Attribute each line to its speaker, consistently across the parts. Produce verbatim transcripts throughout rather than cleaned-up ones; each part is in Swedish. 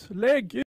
Speaker 1: Lägg ut!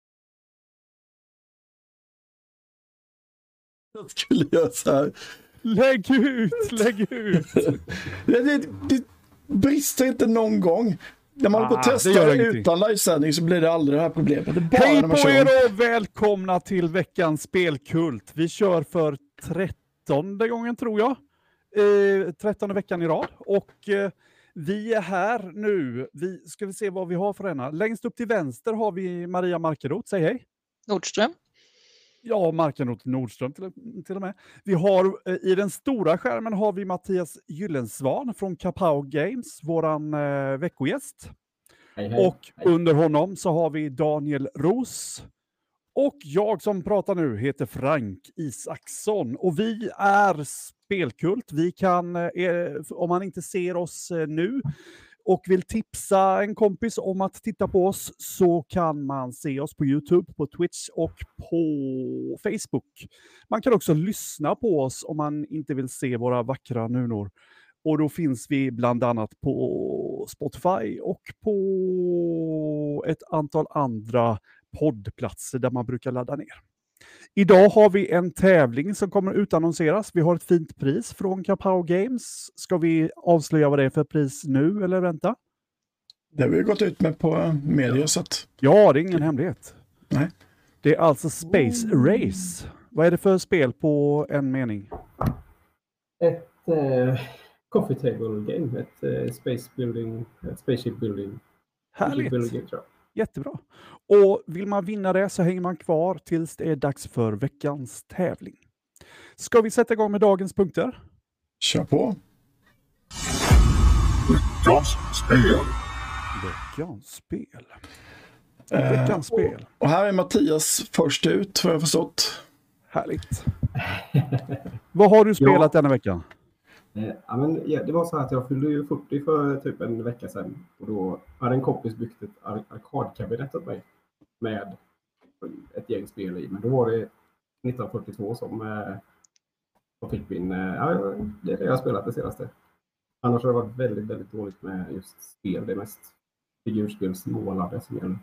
Speaker 2: Jag skulle göra så här.
Speaker 1: Lägg ut! Lägg ut!
Speaker 2: det, det, det brister inte någon gång. När man
Speaker 1: Ah,
Speaker 2: går och
Speaker 1: det
Speaker 2: testar
Speaker 1: gör ingenting.
Speaker 2: utan livesändning så blir det aldrig det här problemet. Det är bara
Speaker 1: Hej
Speaker 2: när
Speaker 1: på
Speaker 2: man kör.
Speaker 1: er och välkomna till veckans spelkult. Vi kör för trettonde gången tror jag. Eh, trettonde veckan i rad. Och eh, vi är här nu. Vi ska vi se vad vi har för denna. Längst upp till vänster har vi Maria Markeroth. Säg hej.
Speaker 3: Nordström.
Speaker 1: Ja, Markeroth Nordström till, till och med. Vi har eh, i den stora skärmen har vi Mattias Gyllensvan från Kapow Games, våran eh, veckogäst.
Speaker 4: Hej, hej.
Speaker 1: Och under honom så har vi Daniel Ros. Och jag som pratar nu heter Frank Isaksson. Och vi är Spelkult. Vi kan, eh, om man inte ser oss eh, nu och vill tipsa en kompis om att titta på oss, så kan man se oss på YouTube, på Twitch och på Facebook. Man kan också lyssna på oss om man inte vill se våra vackra nunor. Och då finns vi bland annat på Spotify och på ett antal andra poddplatser där man brukar ladda ner. Idag har vi en tävling som kommer utannonseras. Vi har ett fint pris från Kapow Games. Ska vi avslöja vad det är för pris nu eller vänta?
Speaker 2: Det har vi gått ut med på media så att...
Speaker 1: Ja, det är ingen hemlighet.
Speaker 2: Nej.
Speaker 1: Det är alltså Space Race. Vad är det för spel på en mening?
Speaker 4: Ett eh, coffee table game, ett eh, space building, ett spaceship building.
Speaker 1: Härligt.
Speaker 4: Building game, tror jag.
Speaker 1: Jättebra. Och vill man vinna det så hänger man kvar tills det är dags för veckans tävling. Ska vi sätta igång med dagens punkter?
Speaker 2: Kör på.
Speaker 5: Veckans spel.
Speaker 1: Veckans spel.
Speaker 2: Eh,
Speaker 1: Veckans spel.
Speaker 2: Och här är Mattias först ut, har jag förstått.
Speaker 1: Härligt. Vad har du spelat
Speaker 4: Ja.
Speaker 1: denna veckan?
Speaker 4: Eh, ja, men, ja, det var så att jag fyllde ju fyrtio för typ en vecka sedan. Och då hade en kompis byggt ett ar- arkadkabinett åt mig med ett gäng spel i. Men då var det nittonhundrafyrtiotvå som eh, jag fick min... Eh, ja, det är det jag har spelat det senaste. Annars har det varit väldigt, väldigt dåligt med just spel. Det är mest figurspelsmålade som gäller.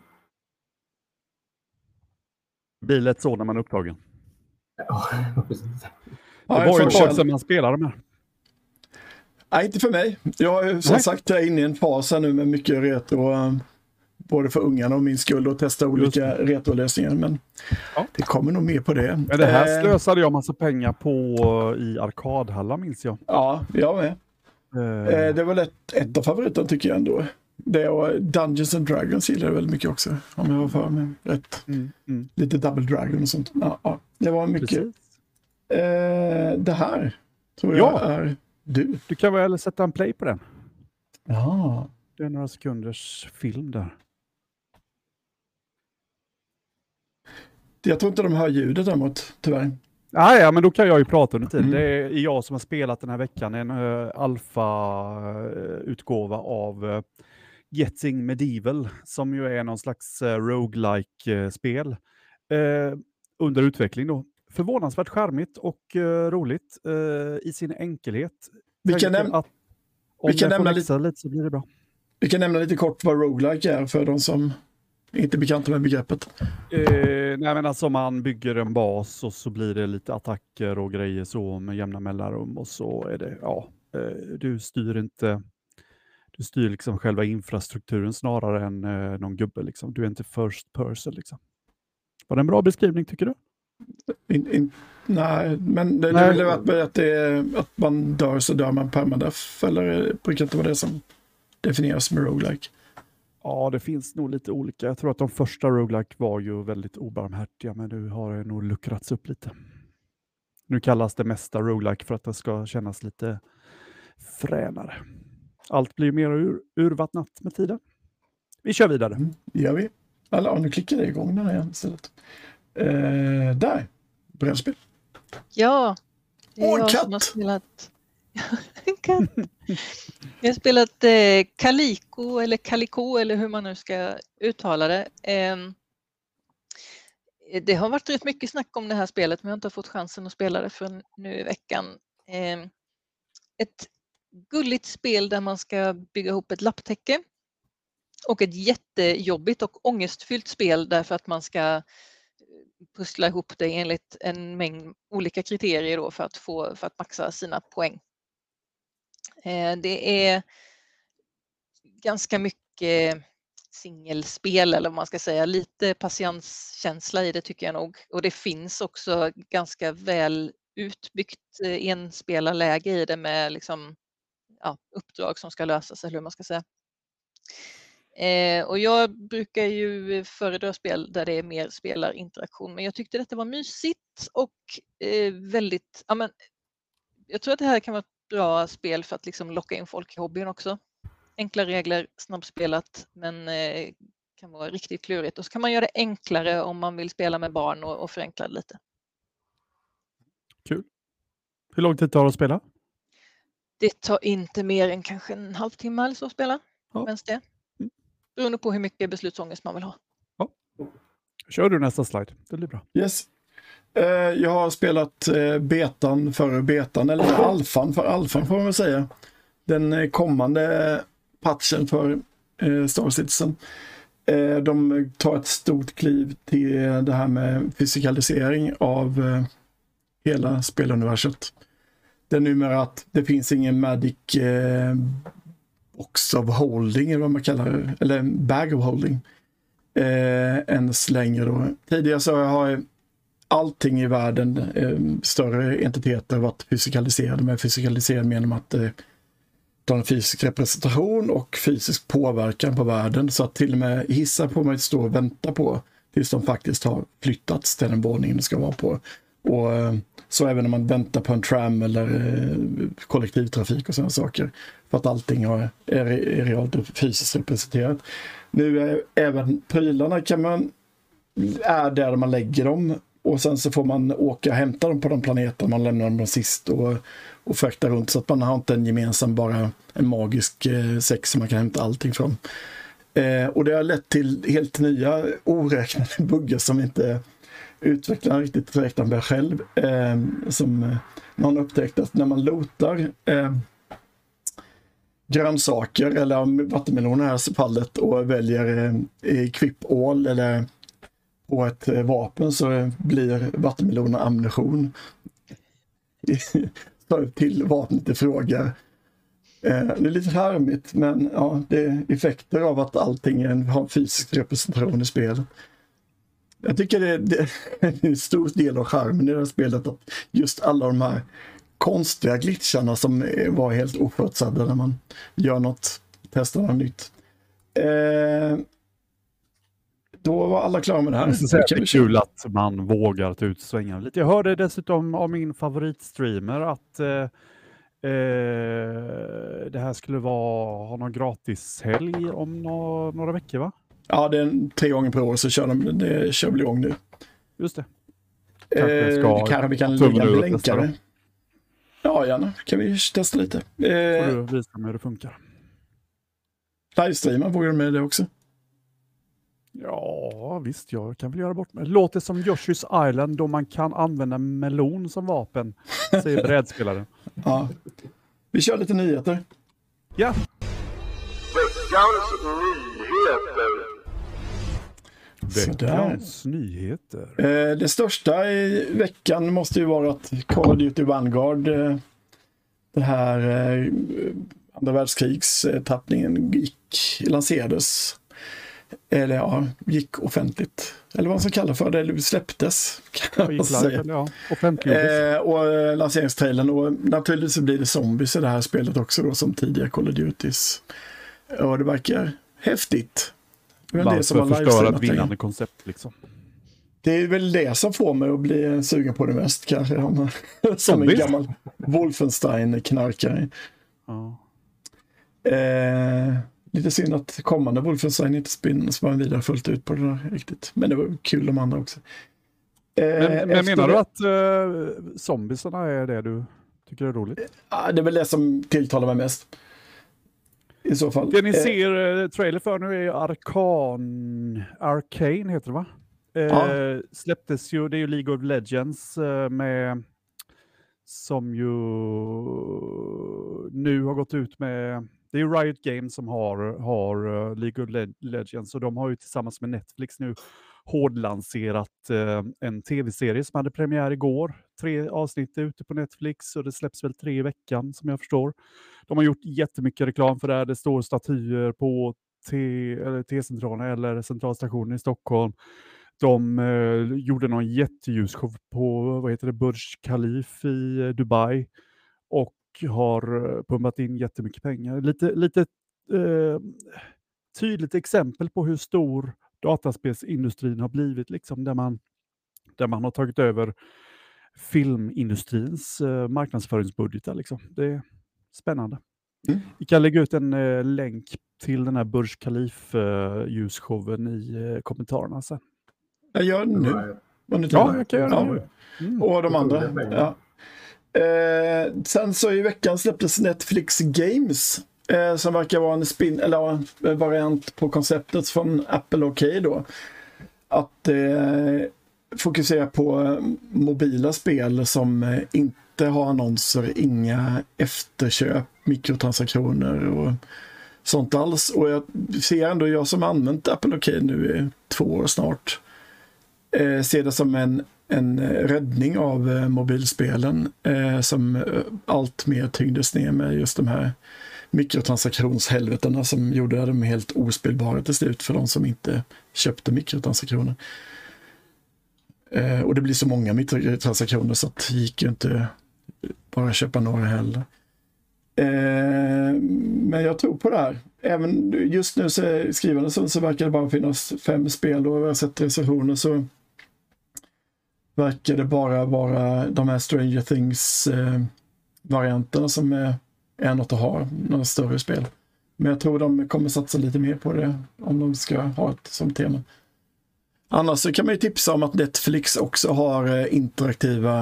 Speaker 1: Blir lätt så när man är upptagen.
Speaker 4: Ja, precis.
Speaker 2: Ja,
Speaker 1: Det var ju ett
Speaker 2: får
Speaker 1: tag
Speaker 2: känna-
Speaker 1: sedan man spelade med.
Speaker 2: Nej, inte för mig. Jag är som
Speaker 1: Nej.
Speaker 2: sagt jag är inne i en fas här nu med mycket retro. eh, Både för ungarna och min skull och testa olika retrolösningar. Men
Speaker 1: Ja.
Speaker 2: det kommer nog mer på det.
Speaker 1: Men det här
Speaker 2: Eh,
Speaker 1: slösade jag massa pengar på i arkadhallar minns jag.
Speaker 2: Ja, jag med.
Speaker 1: Eh,
Speaker 2: Eh, det var lätt ett av favoriterna tycker jag ändå. Det och Dungeons and Dragons gillar jag väldigt mycket också. Om jag har för mig rätt.
Speaker 1: mm, mm,
Speaker 2: Lite Double Dragon och sånt. Ja, ja. Det var mycket.
Speaker 1: precis.
Speaker 2: Eh, det här tror
Speaker 1: Ja.
Speaker 2: jag är du.
Speaker 1: Du kan väl sätta en play på den.
Speaker 2: Ja.
Speaker 1: Det är några sekunders film där.
Speaker 2: Jag tror inte de hör ljudet däremot, tyvärr.
Speaker 1: Ah, ja, men då kan jag ju prata under tiden.
Speaker 2: Mm.
Speaker 1: Det är jag som har spelat den här veckan. En uh, alfa-utgåva av uh, Getting Medieval, som ju är någon slags uh, roguelike-spel. Uh, under utveckling då. Förvånansvärt charmigt och uh, roligt uh, i sin enkelhet.
Speaker 2: Vi kan,
Speaker 1: Tänker
Speaker 2: näm-
Speaker 1: att om
Speaker 2: vi kan
Speaker 1: det får
Speaker 2: nämna
Speaker 1: växa lite så blir det bra.
Speaker 2: vi kan nämna lite kort vad roguelike är för de som inte är bekanta med begreppet.
Speaker 1: Eh, nej men alltså man bygger en bas och så blir det lite attacker och grejer så med jämna mellanrum och så är det, ja, eh, du styr inte, du styr liksom själva infrastrukturen snarare än eh, någon gubbe liksom. Du är inte first person liksom. Var det en bra beskrivning tycker du?
Speaker 2: In, in, nej, men det, det
Speaker 1: Nej.
Speaker 2: är väl att, att, det är, att man dör så dör man permadeath, eller brukar inte vara det som definieras med roguelike.
Speaker 1: Ja, det finns nog lite olika. Jag tror att de första roguelike var ju väldigt obarmhärtiga, men nu har det nog luckrats upp lite. Nu kallas det mesta roguelike för att det ska kännas lite fränare. Allt blir mer ur, urvattnat med tiden. Vi kör vidare.
Speaker 2: Mm, gör vi. Alla, ja, nu klickar det igång den här igen istället. Eh, där, brännspel.
Speaker 3: Ja, det är
Speaker 2: Åh, en
Speaker 3: jag
Speaker 2: katt!
Speaker 3: som har spelat. En katt. Jag har spelat eh, Calico eller Calico eller hur man nu ska uttala det. Eh, det har varit rätt mycket snack om det här spelet men jag har inte fått chansen att spela det för nu i veckan. Eh, ett gulligt spel där man ska bygga ihop ett lapptäcke Och ett jättejobbigt och ångestfyllt spel därför att man ska pussla ihop det enligt en mängd olika kriterier då för att få för att maxa sina poäng. Det är ganska mycket singelspel eller vad man ska säga, lite patienskänsla i det tycker jag nog. Och det finns också ganska väl utbyggt enspelarläge i det med liksom, ja, uppdrag som ska lösas eller hur man ska säga. Eh, och jag brukar ju föredra spel där det är mer spelarinteraktion, men jag tyckte detta var mysigt och eh, väldigt, ja, men, jag tror att det här kan vara ett bra spel för att liksom locka in folk i hobbyn också. Enkla regler, snabbspelat, men eh, kan vara riktigt klurigt. Och så kan man göra det enklare om man vill spela med barn och, och förenkla det lite.
Speaker 1: Kul. Hur lång tid tar det att spela?
Speaker 3: Det tar inte mer än kanske en halvtimme eller så att spela.
Speaker 1: Ja.
Speaker 3: Mens det. Beroende på hur mycket beslutsångest man vill ha.
Speaker 1: Ja. Kör du nästa slide. Det blir bra.
Speaker 2: Yes. Uh, jag har spelat uh, betan för betan, eller alfan för alfan får man väl säga. Den uh, kommande patchen för uh, Star Citizen. Uh, de tar ett stort kliv till uh, det här med fysikalisering av uh, hela speluniverset. Det är numera att det finns ingen magic uh, box of holding eller vad man kallar det, eller bag of holding uh, ens längre då. Tidigare så har jag allting i världen, eh, större entiteter varit fysikaliserade, med fysikaliserade genom att eh, ta en fysisk representation och fysisk påverkan på världen, så att till och med hissar får man stå och vänta på tills de faktiskt har flyttats till den våningen det ska vara på. Och eh, så även när man väntar på en tram eller eh, kollektivtrafik och sådana saker, för att allting har, är, är realt fysiskt representerat. Nu är även prylarna kan man är där man lägger dem. Och sen så får man åka och hämta dem på de planeter man lämnar dem sist och, och frakta runt, så att man har inte en gemensam, bara en magisk eh, säck som man kan hämta allting från. Eh, och det har lett till helt nya oräknade buggar som inte utvecklarna riktigt räknar med själv. Eh, som eh, någon upptäckte att när man lotar eh, grönsaker eller vattenmeloner i det här fallet och väljer eh, equip all eller på ett vapen, så blir vattenmeloner ammunition till vapnet i fråga. Det är lite charmigt, men ja, det är effekter av att allting har en fysisk representation i spelet. Jag tycker det är, det är en stor del av charmen i det här spelet, att just alla de här konstiga glitcharna som var helt oförutsedda när man gör något, testar något nytt. Eh, Då var alla klara med det här.
Speaker 1: Det är kul att man vågar ta ut svängarna lite. Jag hörde dessutom av min favoritstreamer att eh, eh, det här skulle vara ha någon gratis helg om no några veckor, va?
Speaker 2: Ja, det är en, tre gånger per år så kör de, det kör väl igång nu.
Speaker 1: Just det.
Speaker 2: Kanske, eh, ska kanske vi kan lägga en länkare. Ja, gärna. Kan vi testa lite. Eh,
Speaker 1: Får du visa mig hur det funkar.
Speaker 2: Livestreama, vågar du med det också?
Speaker 1: Ja, visst, jag kan väl göra bort mig. Låter som Yoshi's Island då man kan använda melon som vapen, säger brädspelaren.
Speaker 2: Ja. Vi kör lite nyheter.
Speaker 1: Ja. Veckans nyheter.
Speaker 2: Eh, det största i veckan måste ju vara att Call of Duty Vanguard, eh, det här eh, andra världskrigstappningen gick, lanserades. Eller ja, gick offentligt. Eller vad man ska kalla för det, eller släpptes. Kan
Speaker 1: gick live, ja, offentliggjordes.
Speaker 2: Eh, och eh, lanseringstrailen. Och naturligtvis blir det zombies i det här spelet också då, som tidigare Call of Duties. Och det verkar häftigt. Det är väl
Speaker 1: Varför
Speaker 2: det som har
Speaker 1: förstöra ett vinnande koncept liksom?
Speaker 2: Det är väl det som får mig att bli sugen på det mest kanske. Som zombies? En gammal Wolfenstein-knarkare.
Speaker 1: Ja.
Speaker 2: Eh, Lite synd att kommande Wolfenstein inte spinnas bara vidare fullt ut på det där riktigt. Men det var kul de andra också.
Speaker 1: Eh, men men menar du att uh, zombiesarna är det du tycker är roligt?
Speaker 2: Ja, det är väl det som tilltalar mig mest. I så fall.
Speaker 1: Det ni ser uh, trailer för nu är Arkan... Arcane heter det, va? Uh, ja. Släpptes ju, det är ju League of Legends uh, med... Som ju nu har gått ut med... Det är Riot Games som har, har uh, League of Le- Legends och de har ju tillsammans med Netflix nu hårdlanserat uh, en tv-serie som hade premiär igår. Tre avsnitt är ute på Netflix och det släpps väl tre i veckan som jag förstår. De har gjort jättemycket reklam för det här. Det står statyer på T- eller T-centralen eller centralstationen i Stockholm. De uh, gjorde någon jätteljusshow på vad heter det, Burj Khalifa i uh, Dubai och har pumpat in jättemycket pengar. Lite, lite uh, tydligt exempel på hur stor dataspelsindustrin har blivit, liksom, där, man, där man har tagit över filmindustrins uh, marknadsföringsbudgetar. Liksom. Det är spännande. Mm. Vi kan lägga ut en uh, länk till den här Burj Khalifa-ljusshowen i uh, kommentarerna sen.
Speaker 2: Jag gör det nu.
Speaker 1: Ja, jag kan göra det nu.
Speaker 2: Mm. Och de andra. Ja. Eh, sen så i veckan släpptes Netflix Games eh, som verkar vara en spin eller en variant på konceptet från Apple Arcade då. Att eh, fokusera på mobila spel som eh, inte har annonser, inga efterköp, mikrotransaktioner och sånt alls. Och jag ser ändå, jag som använt Apple Arcade nu i två år snart, eh, ser det som en en räddning av eh, mobilspelen eh, som eh, allt mer tyngdes ner med just de här mikrotransaktionshelveterna som gjorde dem helt ospelbara till slut för de som inte köpte mikrotransaktioner. Eh, och det blir så många mikrotransaktioner så att det gick ju inte bara köpa några heller. Eh, men jag tror på det här. Även just nu så skrivande så, så verkar det bara finnas fem spel och jag har sett recensioner så verkar det bara vara de här Stranger Things-varianterna eh, som är, är något att ha, några större spel. Men jag tror de kommer satsa lite mer på det om de ska ha ett som tema. Annars så kan man ju tipsa om att Netflix också har eh, interaktiva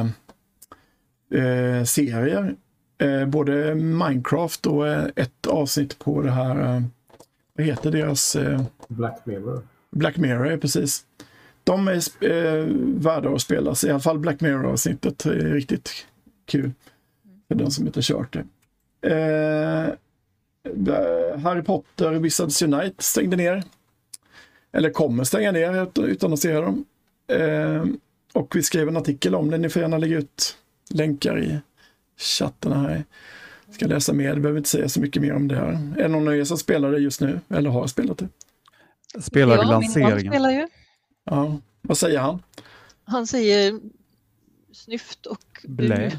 Speaker 2: eh, serier. Eh, både Minecraft och eh, ett avsnitt på det här, eh, vad heter deras? Eh,
Speaker 4: Black Mirror.
Speaker 2: Black Mirror, ja, precis. De är eh, värda att spela. I alla fall Black Mirror-avsnittet är riktigt kul. För den som inte kört det. Eh, Harry Potter Wizards Unite stängde ner. Eller kommer stänga ner utan att se dem. Eh, och vi skrev en artikel om det. Ni får gärna lägga ut länkar i chatten här. Jag ska läsa mer. Det behöver inte säga så mycket mer om det här. Är det någon av er som spelar det just nu? Eller har spelat det?
Speaker 1: Spelar
Speaker 3: ja,
Speaker 1: lanseringen.
Speaker 3: Min man spelar ju.
Speaker 2: Ja, vad säger han?
Speaker 3: Han säger snyft och
Speaker 1: blä.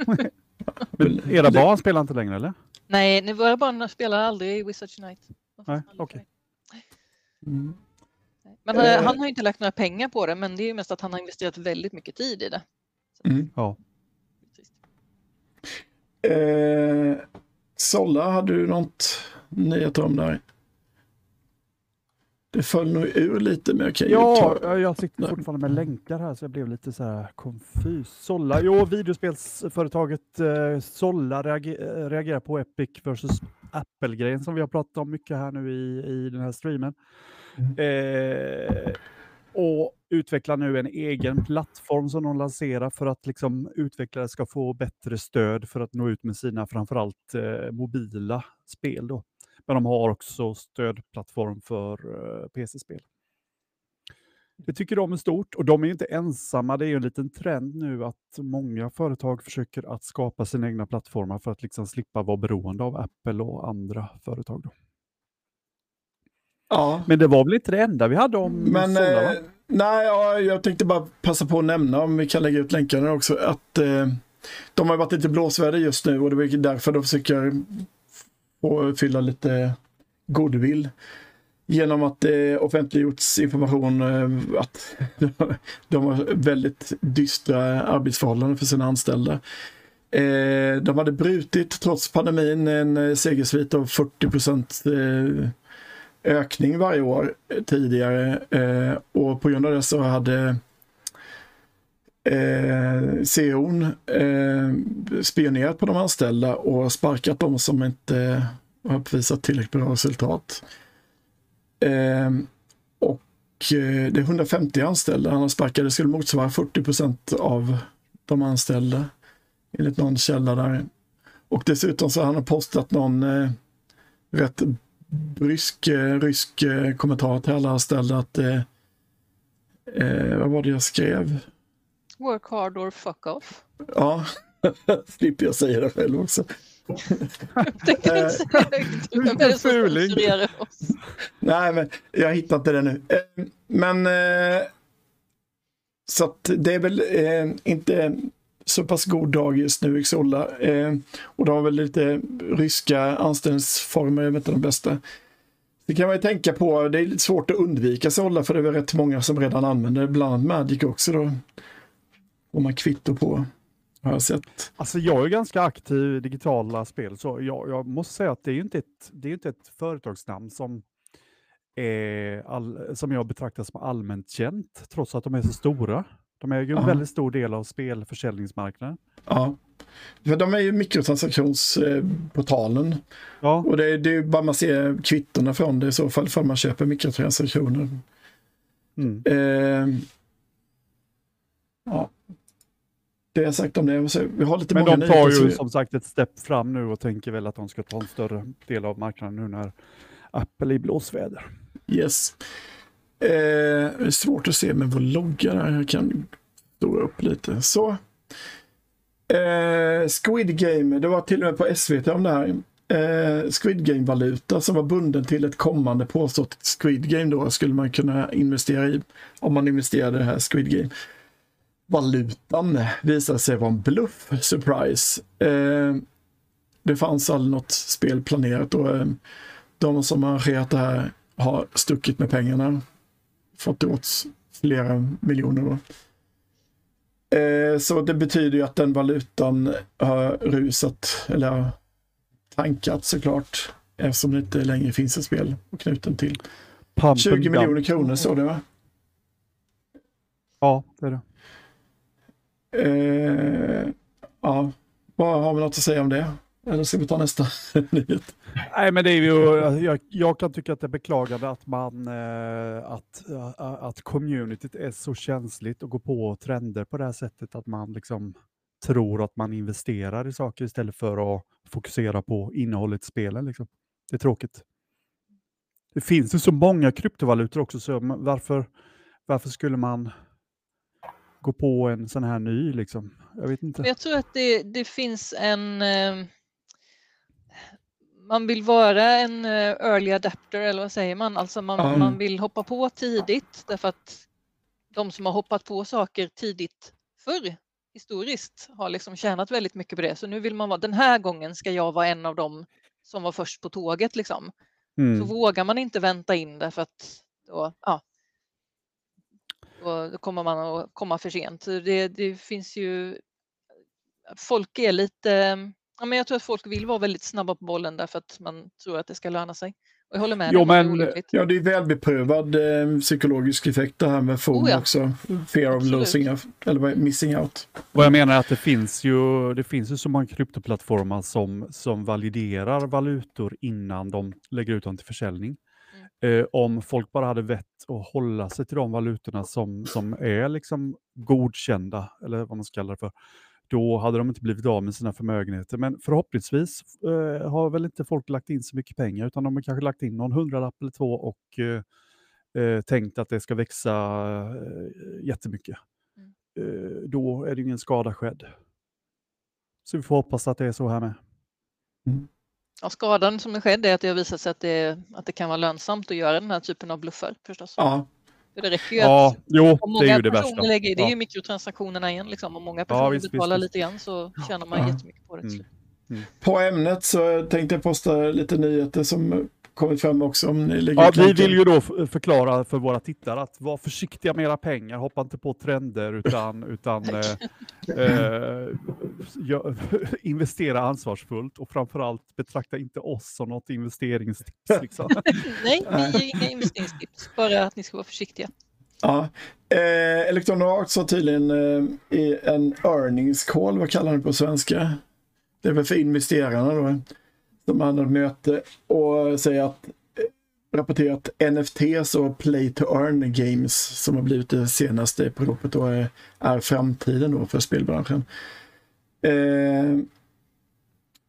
Speaker 1: Men era barn spelar inte längre, eller?
Speaker 3: Nej, nu våra barn spelar aldrig i Wizards Unite.
Speaker 1: Nej, okej.
Speaker 3: Okay.
Speaker 2: Mm.
Speaker 3: Men han, han har ju inte lagt några pengar på det, men det är ju mest att han har investerat väldigt mycket tid i det.
Speaker 2: Mm.
Speaker 1: Ja.
Speaker 2: Eh, Solla, hade du något nyhet om där? Det föll nog ur lite, men jag kan ju
Speaker 1: Ja,
Speaker 2: ta...
Speaker 1: jag sitter fortfarande med länkar här så jag blev lite så här konfys. Solla, jo, videospelsföretaget eh, Solla reager, reagerar på Epic versus Apple-grejen som vi har pratat om mycket här nu i, i den här streamen. Mm. Eh, och utvecklar nu en egen plattform som de lanserar för att liksom utvecklare ska få bättre stöd för att nå ut med sina framförallt eh, mobila spel då. Men de har också stödplattform för uh, P C-spel. Det tycker de är stort och de är ju inte ensamma. Det är ju en liten trend nu att många företag försöker att skapa sina egna plattformar för att liksom slippa vara beroende av Apple och andra företag. Då.
Speaker 2: Ja.
Speaker 1: Men det var väl inte det enda vi hade om
Speaker 2: Men,
Speaker 1: Solla, va?
Speaker 2: Eh, nej, ja, jag tänkte bara passa på att nämna, om vi kan lägga ut länkarna också, att eh, de har varit lite blåsväder just nu och det är därför de försöker och fylla lite goodwill genom att det offentliggjorts information att de har väldigt dystra arbetsförhållanden för sina anställda. De hade brutit trots pandemin en segersvit av fyrtio procent ökning varje år tidigare och på grund av det så hade C E O:n eh, spionerat på de anställda och sparkat dem som inte har uppvisat tillräckligt bra resultat. Eh, och eh, det är hundrafemtio anställda han har sparkat. Det skulle motsvara fyrtio procent av de anställda enligt någon källa där. Och dessutom så har han postat någon eh, rätt brysk eh, rysk eh, kommentar till alla ställda att eh, eh, vad var det jag skrev?
Speaker 3: Work hard or fuck off.
Speaker 2: Ja, slipper jag säga det själv också.
Speaker 3: Det kan inte säga högt. Vem är det som censurerar oss?
Speaker 2: Nej, men jag hittar inte det nu. Eh, men eh, så att det är väl eh, inte så pass god dag just nu i Xsolla. Eh, och de har väl lite ryska anställningsformer, jag vet inte de bästa. Det kan man ju tänka på, det är lite svårt att undvika Xsolla för det är väl rätt många som redan använder, bland annat Magic också då. Om man kvittar på, har jag sett.
Speaker 1: Alltså jag är ganska aktiv i digitala spel, så jag, jag måste säga att det är ju inte ett, det är inte ett företagsnamn som, är all, som jag betraktar som allmänt känt, trots att de är så stora. De är ju en
Speaker 2: Aha.
Speaker 1: väldigt stor del av spelförsäljningsmarknaden.
Speaker 2: Ja, för de är ju mikrotransaktionsportalen.
Speaker 1: Ja.
Speaker 2: Och det är, det är bara man ser kvittorna från det i så fall, för man köper mikrotransaktioner.
Speaker 1: Mm.
Speaker 2: Eh, ja. Det jag sagt om det. Vi har lite
Speaker 1: Men
Speaker 2: många
Speaker 1: de tar
Speaker 2: nyheter,
Speaker 1: ju
Speaker 2: så-
Speaker 1: som sagt ett steg fram nu och tänker väl att de ska ta en större del av marknaden nu när Apple är i blåsväder.
Speaker 2: Yes. Eh, det är svårt att se med vår logga där. Jag kan stora upp lite. Så. Eh, Squid Game. Det var till och med på S V T om det här. Eh, Squid Game-valuta som var bunden till ett kommande påstått Squid Game då skulle man kunna investera i om man investerade i det här Squid Game. Valutan visade sig vara en bluff. Surprise. Eh, det fanns aldrig något spel planerat och eh, de som har arrangerat det här har stuckit med pengarna. Fått åt flera miljoner då. Eh, så det betyder ju att den valutan har rusat eller har tankat såklart. Eftersom det inte längre finns ett spel och knuten till.
Speaker 1: Pump
Speaker 2: tjugo
Speaker 1: and
Speaker 2: miljoner
Speaker 1: dump.
Speaker 2: kronor så det va?
Speaker 1: Ja, det är det.
Speaker 2: Eh, ja, vad har vi något att säga om det? Eller ska vi ta nästa nyhet?
Speaker 1: Nej, men det är ju, jag, jag kan tycka att det är beklagande att man eh, att, eh, att communityt är så känsligt och går på trender på det här sättet att man liksom tror att man investerar i saker istället för att fokusera på innehållet i spelen. Liksom. Det är tråkigt. Det finns ju så många kryptovalutor också, så varför, varför skulle man gå på en sån här ny liksom? Jag vet inte.
Speaker 3: Jag tror att det, det finns en... Eh, man vill vara en eh, early adapter, eller vad säger man? Alltså man,
Speaker 2: Mm.
Speaker 3: man vill hoppa på tidigt, därför att de som har hoppat på saker tidigt förr, historiskt, har liksom tjänat väldigt mycket på det. Så nu vill man vara, den här gången ska jag vara en av dem som var först på tåget liksom.
Speaker 1: Mm.
Speaker 3: Så vågar man inte vänta in därför att då, ja, då kommer man att komma för sent. Så Det, det finns ju, folk är lite, ja, men jag tror att folk vill vara väldigt snabba på bollen därför att man tror att det ska löna sig. Och jag håller med
Speaker 1: Jo,
Speaker 3: dig, det är
Speaker 1: men-
Speaker 3: olyckligt.
Speaker 2: Ja, det är välbeprövad eh, psykologisk effekt det här med FOMO
Speaker 3: Oh ja.
Speaker 2: också. Fear of
Speaker 3: Absolut.
Speaker 2: losing out, eller vad- missing out.
Speaker 1: Vad jag menar är att det finns ju, det finns ju så många kryptoplattformar som, som validerar valutor innan de lägger ut dem till försäljning. Eh, om folk bara hade vett att hålla sig till de valutorna som, som är liksom godkända, eller vad man ska kalla det för, då hade de inte blivit av med sina förmögenheter. Men förhoppningsvis eh, har väl inte folk lagt in så mycket pengar, utan de har kanske lagt in någon hundralapp eller två och eh, eh, tänkt att det ska växa eh, jättemycket. Eh, då är det ingen skada skedd. Så vi får hoppas att det är så här med.
Speaker 3: Ja, skadan som är skedd är att det har visat sig att det, att det kan vara lönsamt att göra den här typen av bluffar förstås.
Speaker 2: Ja,
Speaker 3: För det räcker ju
Speaker 1: Ja,
Speaker 3: att
Speaker 1: jo,
Speaker 3: om
Speaker 1: det
Speaker 3: många
Speaker 1: är ju det
Speaker 3: personer
Speaker 1: värsta.
Speaker 3: lägger, det är ju
Speaker 1: Ja.
Speaker 3: mikrotransaktionerna igen liksom. Om många personer
Speaker 1: visst,
Speaker 3: betalar
Speaker 1: visst,
Speaker 3: lite grann så tjänar man
Speaker 2: Ja.
Speaker 3: jättemycket på det. till
Speaker 1: Mm.
Speaker 3: slut.
Speaker 2: på ämnet så tänkte jag posta lite nyheter som kommit fram också. Om ni lägger
Speaker 1: Ja,
Speaker 2: ut
Speaker 1: vi
Speaker 2: länkar.
Speaker 1: vill ju då f- förklara för våra tittare att var försiktiga med era pengar, hoppa inte på trender utan, utan eh, eh, gö- investera ansvarsfullt och framförallt betrakta inte oss som något investeringstips. Liksom.
Speaker 3: Nej, vi ger inga investeringstips, bara att ni ska vara försiktiga.
Speaker 2: Ja. Eh, Electronic Arts har tydligen eh, i en earnings call, vad kallar det på svenska? Det är väl för investerarna då. De hade ett möte och säger att eh, rapporterat N F Ts och play to earn games som har blivit det senaste produktet då är, är framtiden då för spelbranschen. Eh,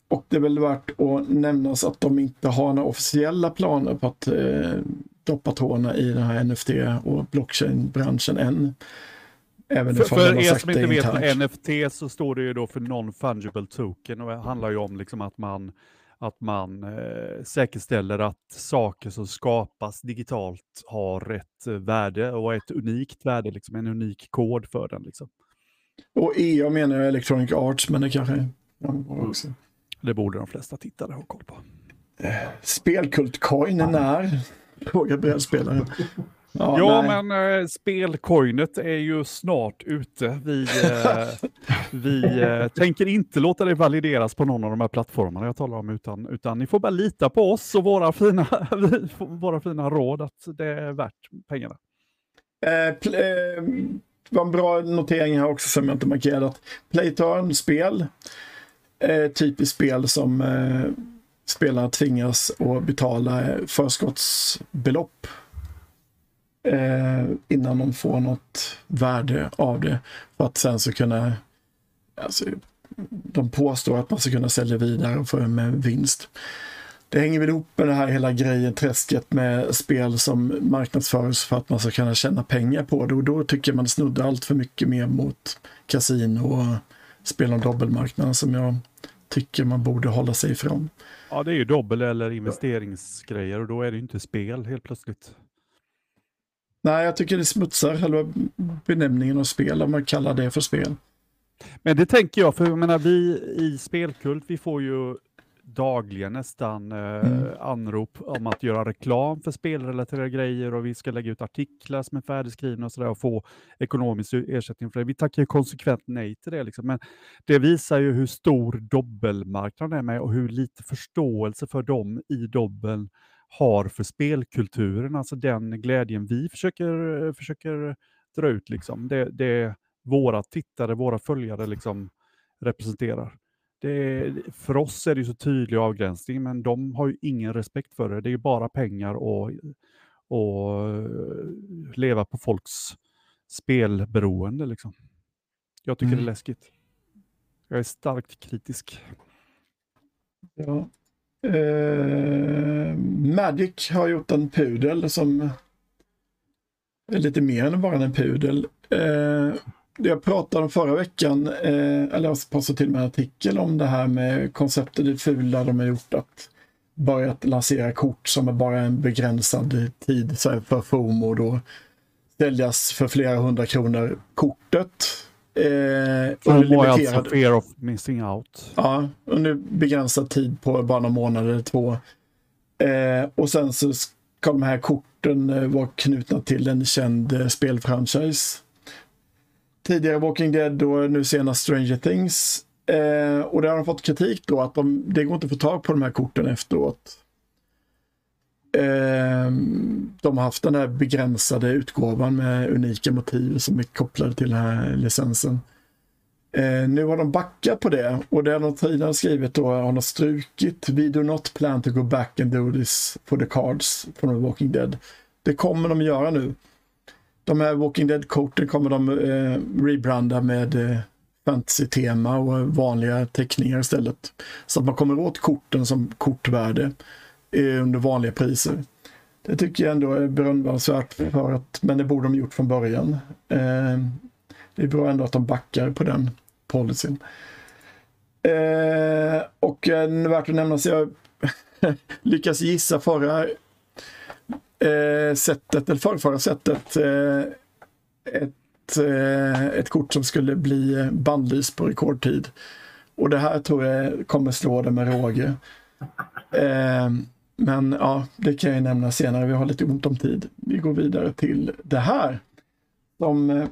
Speaker 2: och det är väl värt att nämnas att de inte har några officiella planer på att eh, doppa tårna i den här N F T och blockchain-branschen än. Även
Speaker 1: för för er som inte vet
Speaker 2: internt.
Speaker 1: N F T så står det ju då för non-fungible token och det handlar ju om liksom att man, att man eh, säkerställer att saker som skapas digitalt har rätt värde och ett unikt värde, liksom en unik kod för den. Liksom.
Speaker 2: Och E A menar jag Electronic Arts, men det kanske också.
Speaker 1: Det borde de flesta tittare ha koll på.
Speaker 2: Spelkultcoinen är frågar brädspelaren. Ja,
Speaker 1: ja
Speaker 2: nej.
Speaker 1: men äh, spelcoinet är ju snart ute. Vi, äh, vi äh, tänker inte låta det valideras på någon av de här plattformarna jag talar om, utan, utan ni får bara lita på oss och våra fina, våra fina råd att det är värt pengarna.
Speaker 2: Eh, pl- eh, det var en bra notering här också som jag inte markerat. Playturn-spel. Eh, typiskt spel som eh, spelarna tvingas att betala förskottsbelopp eh, innan de får något värde av det. För att sen så kunna, alltså, de påstår att man ska kunna sälja vidare och få med vinst. Det hänger väl ihop med det här hela grejen, träsket med spel som marknadsförs för att man ska kunna tjäna pengar på det. Och då tycker man snuddar allt för mycket mer mot kasino och spel om dobbelmarknaden som jag tycker man borde hålla sig ifrån.
Speaker 1: Ja, det är ju dobbel- eller investeringsgrejer och då är det ju inte spel helt plötsligt.
Speaker 2: Nej, jag tycker det smutsar själva benämningen av spel om man kallar det för spel. Men
Speaker 1: det tänker jag, för jag menar, vi i Spelkult, vi får ju dagligen nästan eh, mm. anrop om att göra reklam för spelrelaterade grejer och vi ska lägga ut artiklar som är färdigskrivna och sådär och få ekonomisk ersättning för det. Vi tackar ju konsekvent nej till det liksom. Men det visar ju hur stor dobbelmarknaden är med och hur lite förståelse för dem i dobbeln har för spelkulturen, alltså den glädjen vi försöker, försöker dra ut liksom. Det, det våra tittare, våra följare liksom representerar. Det, för oss är det ju så tydlig avgränsning, men de har ju ingen respekt för det. Det är ju bara pengar och, och leva på folks spelberoende liksom. Jag tycker mm. det är läskigt. Jag är starkt kritisk.
Speaker 2: Ja. Uh, Magic har gjort en pudel som är lite mer än bara en pudel. Uh, det jag pratade om förra veckan, uh, eller jag passade till med en artikel om det här med konceptet det fula de har gjort att börjat lansera kort som är bara en begränsad tid så här för FOMO och då säljas för flera hundra kronor kortet. Eh,
Speaker 1: FOMO är alltså fear of missing out.
Speaker 2: Ja, under begränsad tid på bara några månader eller två. Eh, och sen så ska de här korten eh, vara knutna till en känd eh, spelfranchise. Tidigare Walking Dead och nu senast Stranger Things. Eh, och där har de fått kritik då att de, det går inte att få tag på de här korten efteråt. Eh, de har haft den här begränsade utgåvan med unika motiv som är kopplade till den här licensen. Eh, nu har de backat på det och det har de tidigare skrivit då har de strukit We do not plan to go back and do this for the cards from the Walking Dead. Det kommer de göra nu. De här Walking Dead-korten kommer de eh, rebranda med eh, fantasy-tema och vanliga teckningar istället. Så att man kommer åt korten som kortvärde eh, under vanliga priser. Det tycker jag ändå är berömvärt för att, men det borde de gjort från början. Eh, det är bra ändå att de backar på den policyn. Eh, och eh, värt att nämna så jag lyckas gissa förra eh, sättet, eller förra sättet eh, ett, eh, ett kort som skulle bli bandlyst på rekordtid. Och det här tror jag kommer slå det med råge. Eh, men ja, det kan jag nämna senare. Vi har lite ont om tid. Vi går vidare till det här. Som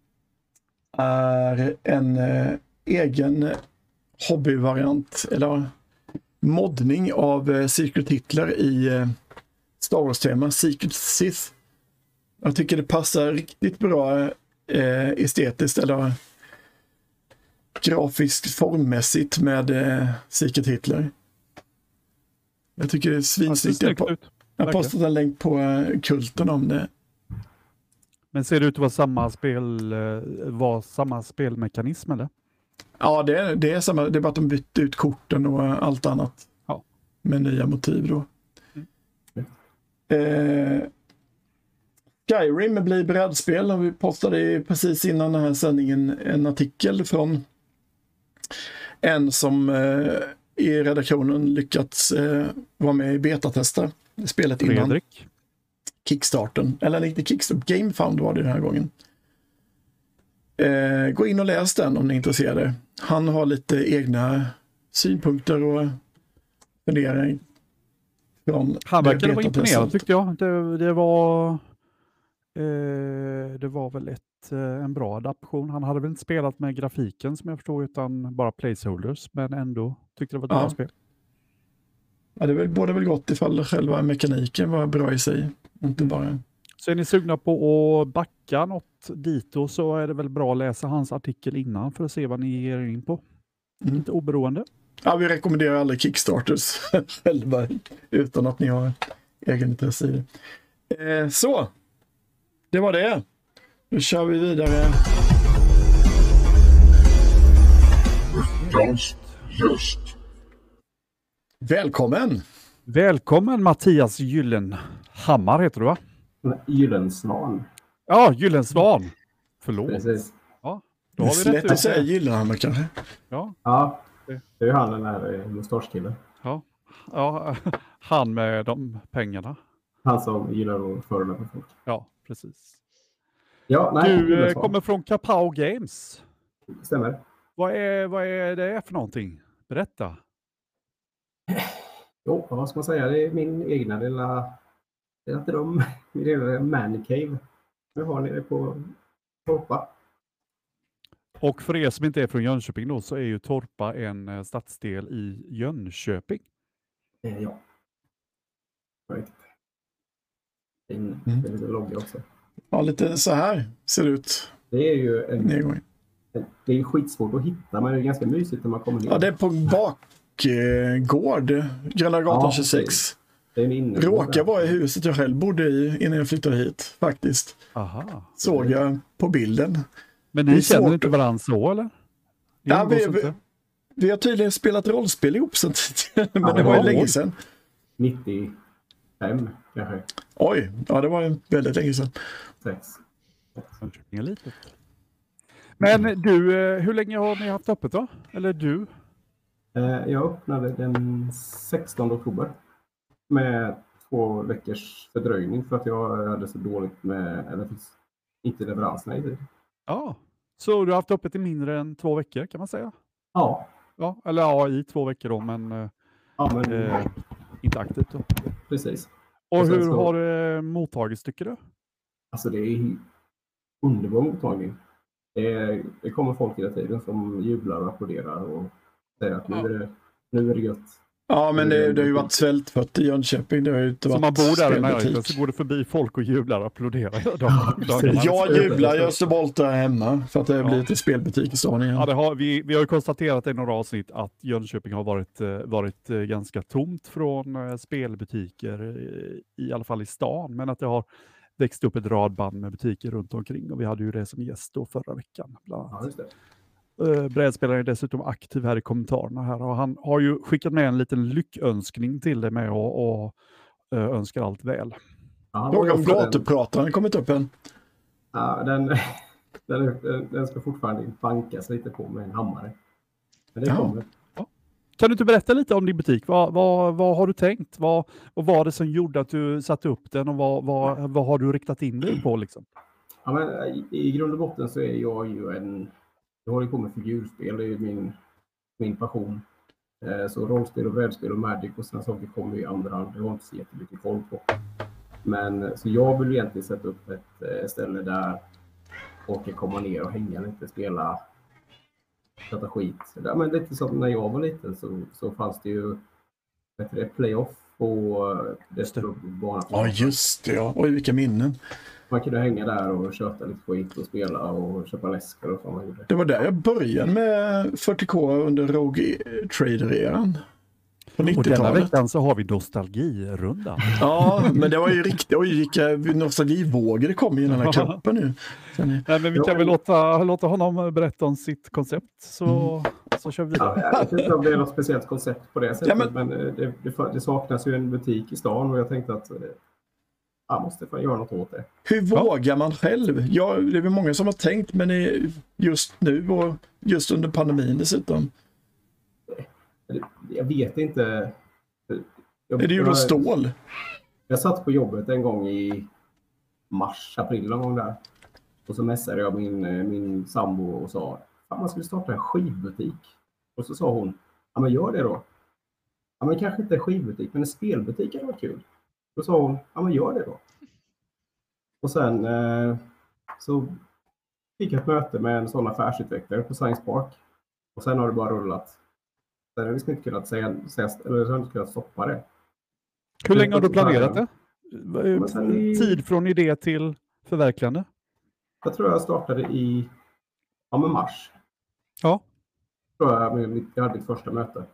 Speaker 2: är en eh, egen hobbyvariant eller moddning av eh, Secret Hitler i eh, Star Wars-tema, Secret Sith. Jag tycker det passar riktigt bra eh, estetiskt eller grafiskt formmässigt med eh, Secret Hitler. Jag tycker det är svinsnyggt. Jag har på, postat en länk på eh, kulten om det.
Speaker 1: Men ser det ut att vara samma spel, var samma spelmekanism eller?
Speaker 2: Ja, det är, det är samma. Det är bara att de bytte ut korten och allt annat.
Speaker 1: Ja.
Speaker 2: Med nya motiv då.
Speaker 1: Mm.
Speaker 2: Eh, Skyrim blir brädspel och vi postade precis innan den här sändningen en artikel från en som eh, i redaktionen lyckats eh, vara med i betatesta spelet innan
Speaker 1: Fredrik.
Speaker 2: Kickstarten. Eller inte Kickstarter, GameFound var det den här gången. Eh, gå in och läs den om ni är intresserade. Han har lite egna synpunkter och funderingar.
Speaker 1: Han verkade vara imponerad tyckte jag. Det, det var eh, det var väl ett, eh, en bra adaption. Han hade väl inte spelat med grafiken som jag förstår utan bara placeholders men ändå tyckte det var ett
Speaker 2: Ja.
Speaker 1: bra spel.
Speaker 2: Ja, det borde väl gott ifall själva mekaniken var bra i sig. Inte bara...
Speaker 1: Så är ni sugna på att backa något dito så är det väl bra att läsa hans artikel innan för att se vad ni ger er in på.
Speaker 2: Mm.
Speaker 1: Lite oberoende.
Speaker 2: Ja, vi rekommenderar aldrig Kickstarters själva utan att ni har egen intresse i det. Eh, så, det var det. Nu kör vi vidare.
Speaker 5: Veckans gäst.
Speaker 2: Välkommen!
Speaker 1: Välkommen Mattias Gyllenhammar heter du va?
Speaker 4: Gyllensvan.
Speaker 1: Ja, Gyllensvan. Förlåt.
Speaker 4: Precis.
Speaker 1: Ja,
Speaker 2: Det
Speaker 1: då
Speaker 2: är
Speaker 1: har vi rätt
Speaker 2: lätt att
Speaker 1: ut
Speaker 2: säga
Speaker 1: det.
Speaker 2: Gyllenhammar kanske.
Speaker 1: Ja,
Speaker 4: Ja, det är ju han den där eh, mustaschkillen.
Speaker 1: ja. Ja, han med de pengarna.
Speaker 4: Han som gillar att förolämpa folk.
Speaker 1: Ja, precis.
Speaker 4: Ja, nej,
Speaker 1: Du eh,
Speaker 4: Gyllensvan.
Speaker 1: kommer från Kapow Games.
Speaker 4: Stämmer.
Speaker 1: Vad är, vad är det för någonting? Berätta.
Speaker 4: Jo, vad ska man säga? Det är min egna lilla, lilla dröm. Min lilla man cave. Nu har ni det på Torpa.
Speaker 1: Och för er som inte är från Jönköping då så är ju Torpa en eh, stadsdel i Jönköping.
Speaker 4: Eh, ja. Korrekt. Fin,
Speaker 2: Mm.
Speaker 4: fin liten logga också.
Speaker 2: Ja, lite så här ser det ut.
Speaker 4: Det är ju en,
Speaker 2: Nedgång.
Speaker 4: en, det är skitsvårt att hitta, men det är ganska mysigt när man kommer ner.
Speaker 2: Ja, det är på bakgård. Gröna gatan
Speaker 4: Ja,
Speaker 2: tjugosex.
Speaker 4: det är en inne.
Speaker 2: Råkar vara i huset jag själv bodde i innan jag flyttade hit faktiskt.
Speaker 1: Aha.
Speaker 2: Såg jag på bilden.
Speaker 1: Men
Speaker 2: Det är
Speaker 1: ni känner
Speaker 2: svårt
Speaker 1: inte
Speaker 2: att-
Speaker 1: varandra så eller? Ni
Speaker 2: Ja,
Speaker 1: umgås
Speaker 2: vi,
Speaker 1: inte?
Speaker 2: vi har tydligen spelat rollspel ihop sen tidigare, men
Speaker 4: Ja,
Speaker 2: det var ju
Speaker 1: ja.
Speaker 2: länge sedan.
Speaker 4: nittiofem kanske.
Speaker 2: Oj, ja det var ju väldigt länge sedan.
Speaker 4: Sex.
Speaker 1: Jönköping är litet. Men du, eh, hur länge har ni haft öppet då? Eller du?
Speaker 4: Eh, Jag öppnade den sextonde oktober med två veckors fördröjning för att jag hade så dåligt med, eller fick inte leveranserna i tid.
Speaker 1: Ja. Så du har haft öppet i mindre än två veckor kan man säga?
Speaker 4: Ja,
Speaker 1: Ja, eller ja, i två veckor då, men eh,
Speaker 4: ja men
Speaker 1: eh, inte aktivt då.
Speaker 4: precis.
Speaker 1: Och
Speaker 4: Och sen
Speaker 1: hur
Speaker 4: så-
Speaker 1: har det mottagits tycker du?
Speaker 4: Alltså det är underbar mottagning. Det, är, det kommer folk hela tiden som jublar och applåderar och säger att nu är det, nu är det gött.
Speaker 2: Ja, men det, det har ju varit svältfött i Jönköping. Det har ju inte
Speaker 1: Så
Speaker 2: varit
Speaker 1: man bor där i närheten
Speaker 2: spelbutik.
Speaker 1: så går det förbi folk och jublar och applåderar hela dagen. dagarna.
Speaker 2: Jag jublar, jag står bolt där hemma för att det har
Speaker 1: Ja.
Speaker 2: blivit en spelbutik i stan igen.
Speaker 1: Ja, det har, vi, vi har ju konstaterat i några avsnitt att Jönköping har varit, eh, varit eh, ganska tomt från eh, spelbutiker, eh, i alla fall i stan, men att det har växt upp ett radband med butiker runt omkring och vi hade ju det som gäst då förra veckan. Bland annat.
Speaker 4: Ja, just det.
Speaker 1: Uh, brädspelaren är dessutom aktiv här i kommentarerna här och han har ju skickat med en liten lyckönskning till dig med och, och uh, önskar allt väl.
Speaker 4: Ja, han har
Speaker 2: Fråga
Speaker 4: ju
Speaker 2: om
Speaker 4: också den-
Speaker 2: gatuprataren kommit upp än.
Speaker 4: Ja, den, den, är- den ska fortfarande bankas lite på med en hammare. Men det
Speaker 2: Ja.
Speaker 4: kommer.
Speaker 1: Kan du inte berätta lite om din butik? Vad, vad, vad har du tänkt? Vad, vad var det som gjorde att du satte upp den och vad, vad, vad har du riktat in dig på? Liksom?
Speaker 4: Ja, men i, I grund och botten så är jag ju en... Jag håller på med figurspel, det är ju min, min passion. Eh, så rollspel och brädspel och Magic och sådana saker kommer i andra hand. Det har jag inte så jättemycket koll på. Men så jag vill egentligen sätta upp ett eh, ställe där folk kan komma ner och hänga lite, spela, sätta skit. Ja, men lite som när jag var liten så, så fanns det ju vet du det, playoff och det stod bara
Speaker 2: Ja, just det. Ja. Oj, vilka minnen.
Speaker 4: man kunde hänga där och köta lite skit och spela och köpa läskar och sånt man gjorde.
Speaker 2: Det var där jag började med fyrtio K under Rogue Trader-eran. på
Speaker 1: Och denna
Speaker 2: nittiotalet.
Speaker 1: veckan så har vi nostalgirundan.
Speaker 2: Ja, men det var ju riktigt, oj vilka nostalgivågor det kom i den här kroppen nu. Sen,
Speaker 1: Nej, men vi kan väl låta, låta honom berätta om sitt koncept, så, så kör vi vidare.
Speaker 4: Ja, jag vet inte om det är något speciellt koncept på det sättet,
Speaker 2: Ja, men-
Speaker 4: men, det, det, det saknas ju en butik i stan och jag tänkte att eh, jag måste fan göra något åt det.
Speaker 2: hur vågar man själv? Ja, det är väl många som har tänkt, men det är just nu och just under pandemin dessutom.
Speaker 4: Jag vet inte. Jag,
Speaker 2: Är det ju då
Speaker 4: jag,
Speaker 2: stål?
Speaker 4: jag satt på jobbet en gång i mars, april någon gång där. Och så messade jag min, eh, min sambo och sa att man skulle starta en skivbutik. Och så sa hon, ja men gör det då. Ja men kanske inte en skivbutik, men en spelbutik hade varit kul. Då sa hon, ja men gör det då. Och sen eh, så fick jag ett möte med en sån affärsutvecklare på Science Park. Och sen har det bara rullat. Sen har jag liksom inte kunnat säga, säga eller så har jag inte kunnat stoppa det.
Speaker 1: Hur länge har du planerat det?
Speaker 4: Men sen i-
Speaker 1: Tid från idé till förverkligande?
Speaker 4: Jag tror jag startade i ja, men mars.
Speaker 1: Ja.
Speaker 4: Tror jag, med mitt- jag hade mitt första möte.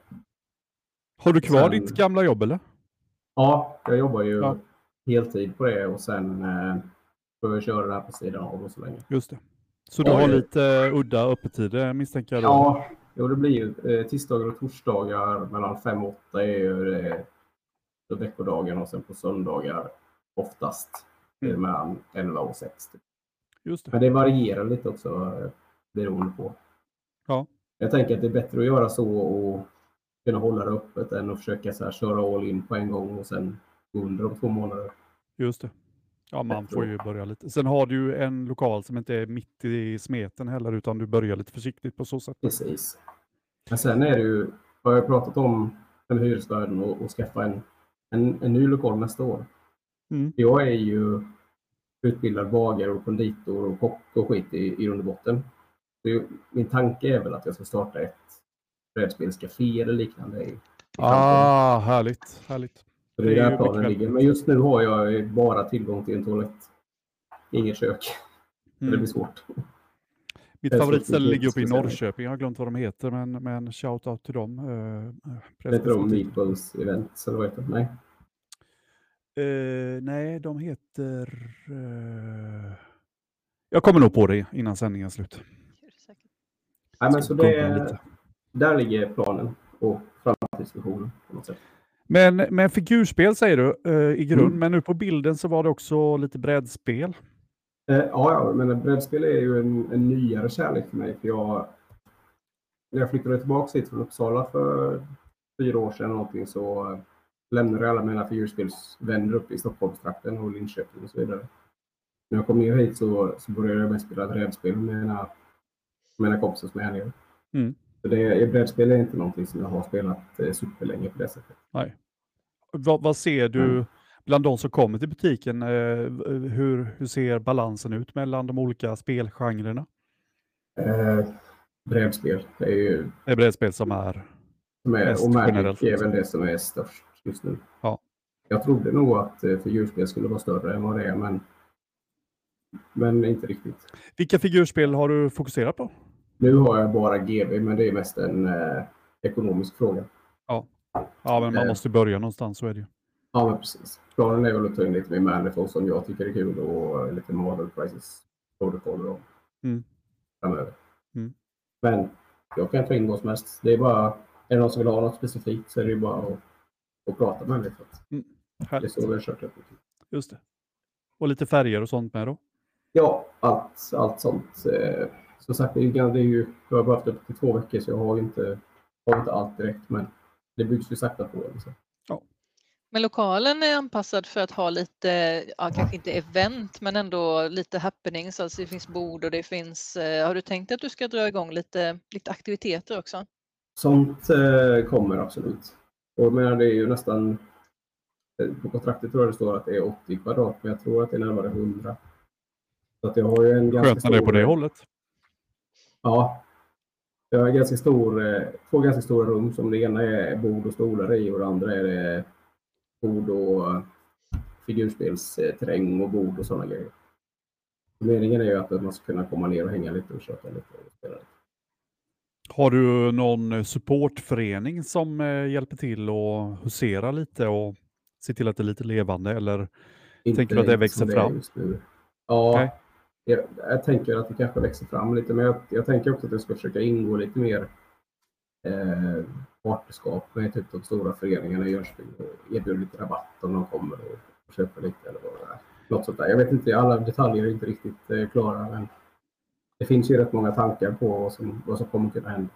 Speaker 1: Har du kvar
Speaker 4: Sen-
Speaker 1: ditt gamla jobb eller?
Speaker 4: Ja, jag jobbar ju
Speaker 1: Ja.
Speaker 4: heltid på det och sen eh, får jag köra det här på sidan av och så länge.
Speaker 1: Just det. Så du
Speaker 4: Oj.
Speaker 1: har lite udda öppettider misstänker jag då?
Speaker 4: Ja, jo, det blir ju eh, tisdagar och torsdagar mellan fem och åtta är ju det, det veckodagen och sen på söndagar oftast
Speaker 1: Mm.
Speaker 4: mm. mellan elva och sex. Typ.
Speaker 1: Just det.
Speaker 4: Men det varierar lite också eh, beroende på.
Speaker 1: Ja.
Speaker 4: Jag tänker att det är bättre att göra så och kunna hålla det öppet än att försöka så här, köra all in på en gång och sen gå under om två månader.
Speaker 1: Just det. Ja, man får ju börja lite. Sen har du ju en lokal som inte är mitt i smeten heller, utan du börjar lite försiktigt på så sätt.
Speaker 4: Precis. Men sen är det ju, har jag pratat om den hyresvärden och, och skaffa en, en, en ny lokal nästa år.
Speaker 1: Mm.
Speaker 4: Jag är ju utbildad bagare och konditor och kock och skit i, i grund och botten. Så ju, min tanke är väl att jag ska starta ett brädspelscafé eller liknande. I, i
Speaker 1: Ah, härligt. härligt.
Speaker 4: Så det är
Speaker 1: det är
Speaker 4: där
Speaker 1: ju
Speaker 4: planen
Speaker 1: mycket
Speaker 4: ligger.
Speaker 1: väl.
Speaker 4: Men just nu har jag bara tillgång till en toalett. Inget kök. Så
Speaker 1: Mm.
Speaker 4: det blir svårt.
Speaker 1: Mitt
Speaker 4: Det är så
Speaker 1: favoritställe
Speaker 4: fint,
Speaker 1: ligger uppe i
Speaker 4: ska jag säga.
Speaker 1: Norrköping. Jag har glömt vad de heter, men, men shout out till dem. Uh,
Speaker 4: Det heter de Meatballs Events eller vad heter det? Nej.
Speaker 1: Uh, nej, de heter... Uh... Jag kommer nog på det innan sändningen är slut.
Speaker 4: Nej, men så
Speaker 1: Ska googla
Speaker 4: det,
Speaker 1: lite.
Speaker 4: där ligger planen och framtidsvisionen på något sätt.
Speaker 1: Men, men figurspel säger du uh, i grund,
Speaker 4: Mm.
Speaker 1: men nu på bilden så var det också lite brädspel.
Speaker 4: Eh, ja, ja, men brädspel är ju en, en nyare kärlek för mig. För jag, när jag flyttade tillbaka hit från Uppsala för fyra år sedan någonting, så lämnade jag alla mina figurspelsvänner upp i Stockholmstrakten och Linköping och så vidare. När jag kom ner hit så, så började jag med spela brädspel med mina, mina kompisar som är här nere.
Speaker 1: Mm.
Speaker 4: Så det, brädspel är inte någonting som jag har spelat eh, superlänge på det sättet.
Speaker 1: Nej. Vad, vad ser du
Speaker 4: Mm.
Speaker 1: bland de som kommer till butiken? Eh, hur, hur ser balansen ut mellan de olika spelgenrerna?
Speaker 4: Eh, brädspel är ju
Speaker 1: Det är brädspel som är...
Speaker 4: som är,
Speaker 1: Mest
Speaker 4: och Magic
Speaker 1: generellt,
Speaker 4: är
Speaker 1: liksom.
Speaker 4: väl det som är störst just nu.
Speaker 1: Ja.
Speaker 4: Jag trodde nog att eh, figurspel skulle vara större än vad det är, men, men inte riktigt.
Speaker 1: Vilka figurspel har du fokuserat på?
Speaker 4: Nu har jag bara G B, men det är mest en eh, ekonomisk fråga.
Speaker 1: Ja, men man
Speaker 4: Eh.
Speaker 1: måste börja någonstans, så är det ju.
Speaker 4: Ja, men precis. Planen är väl att ta in lite mer Manifold som jag tycker är kul och eh, lite Marvel Crisis protokoller om
Speaker 1: Mm.
Speaker 4: framöver.
Speaker 1: Mm.
Speaker 4: Men jag kan ta in vad som helst. Det är bara, är det någon som vill ha något specifikt så är det ju bara att, att prata med mig. För att det är
Speaker 1: Härligt.
Speaker 4: så vi har kört det.
Speaker 1: Just det. Och lite färger och sånt med då?
Speaker 4: Ja, allt, allt sånt. Eh, som sagt, det är, ju- det är ju, jag har bara haft upp till två veckor så jag har ju inte, har inte allt direkt. Men det byggs ju sakta på. Liksom.
Speaker 3: Men lokalen är anpassad för att ha lite, ja, kanske inte event, men ändå lite happenings. Alltså det finns bord och det finns, eh, har du tänkt att du ska dra igång lite, lite aktiviteter också?
Speaker 4: Sånt eh, kommer absolut. Och jag menar, det är ju nästan, eh, på kontraktet tror jag det står att det är åttio kvadrat, men jag tror att det är närmare hundra. Så att jag har ju en ganska
Speaker 1: Skönt när det är på det hållet.
Speaker 4: Ja. Jag har en ganska stor, eh, två ganska stora rum som det ena är bord och stolar i och det andra är det bord och eh, figurspelsterräng och bord och sådana grejer. Meningen är ju att man ska kunna komma ner och hänga lite och köta lite och spela lite.
Speaker 1: Har du någon supportförening som eh, hjälper till och husera lite och se till att det är lite levande, eller
Speaker 4: Inte
Speaker 1: tänker du att det
Speaker 4: riktigt
Speaker 1: växer
Speaker 4: som är
Speaker 1: fram?
Speaker 4: just nu. Ja,
Speaker 1: Nej.
Speaker 4: jag, jag tänker att det kanske växer fram lite, men jag, jag tänker också att jag ska försöka ingå lite mer eh, partnerskap med typ de stora föreningarna i Jönköping och erbjuda lite rabatt om de kommer och köper lite eller vad det är. Något sånt där. Jag vet inte, alla detaljer är inte riktigt eh, klara, men det finns ju rätt många tankar på vad som, vad som kommer kunna hända.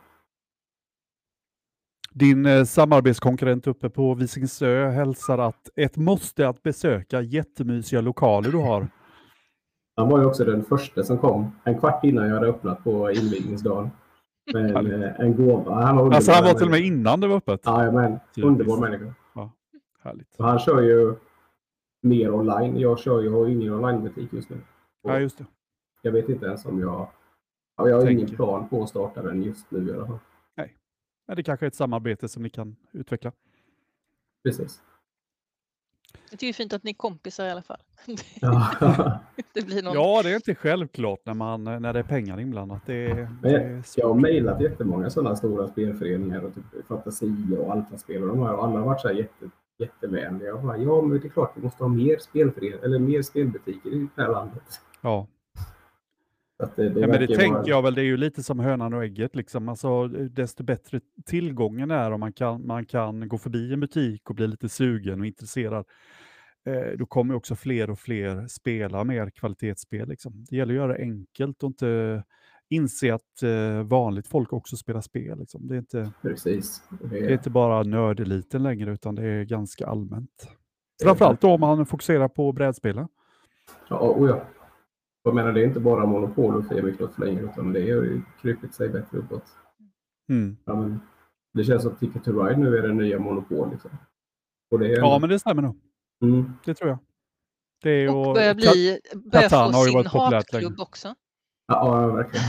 Speaker 1: Din eh, samarbetskonkurrent uppe på Visingsö hälsar att ett måste att besöka jättemysiga lokaler du har.
Speaker 4: Han var ju också den första som kom en kvart innan jag hade öppnat på invigningsdagen. Med en, en gåva. Han var
Speaker 1: Alltså han var
Speaker 4: människa.
Speaker 1: till och med innan det var öppet.
Speaker 4: Ja, men
Speaker 1: Typiskt.
Speaker 4: underbar människa.
Speaker 1: Ja, härligt.
Speaker 4: Och han kör ju mer online. Jag kör ju har ingen onlinebutik just nu. Och
Speaker 1: Ja, just det.
Speaker 4: jag vet inte ens om jag... Ja, jag har ingen
Speaker 1: Tänker.
Speaker 4: plan på att starta den just nu i alla fall.
Speaker 1: Men det kanske är ett samarbete som ni kan utveckla.
Speaker 4: Precis.
Speaker 3: Jag tycker det är fint att ni är kompisar i alla fall.
Speaker 4: Ja.
Speaker 3: Det blir någon...
Speaker 1: Ja, det är inte självklart när, man, när det är pengar inblandat. Det, är- det
Speaker 4: Men
Speaker 1: är svårt.
Speaker 4: jag har mejlat jättemånga sådana stora spelföreningar och typ Fantasia och Alfa-spel, och de har alla varit så här jätte, jättevänliga. Jag bara, ja, men det är klart vi måste ha mer spelföreningar eller mer spelbutiker i det här landet.
Speaker 1: Ja.
Speaker 4: Så att det, det
Speaker 1: Ja, men det
Speaker 4: verkar
Speaker 1: tänker
Speaker 4: vara-
Speaker 1: jag väl, det är ju lite som hönan och ägget liksom. Alltså, desto bättre tillgången är om man kan, man kan gå förbi en butik och bli lite sugen och intresserad. Eh, då kommer ju också fler och fler spela mer kvalitetsspel. Liksom. Det gäller att göra det enkelt och inte inse att eh, vanligt folk också spelar spel. Liksom. Det, är inte,
Speaker 4: Precis. Det
Speaker 1: det är
Speaker 4: är,
Speaker 1: inte bara nördeliten längre, utan det är ganska allmänt. Framförallt då om man fokuserar på brädspelen.
Speaker 4: ja, och ja. Jag menar, det är inte bara Monopol och Femiklots längre, utan det har ju krypit sig bättre uppåt.
Speaker 1: Mm.
Speaker 4: Ja, men det känns som att Ticket to Ride nu är den nya Monopol. Liksom. Och det är
Speaker 1: Ja, men det stämmer nog.
Speaker 4: mm.
Speaker 1: Det tror jag. Det är
Speaker 3: Och
Speaker 1: ju-
Speaker 3: börjar, bli, börjar
Speaker 1: Catan
Speaker 3: få
Speaker 1: har ju
Speaker 3: sin
Speaker 1: varit populärt
Speaker 3: hatklubb
Speaker 1: länge.
Speaker 3: också.
Speaker 4: Ja, ja, verkligen.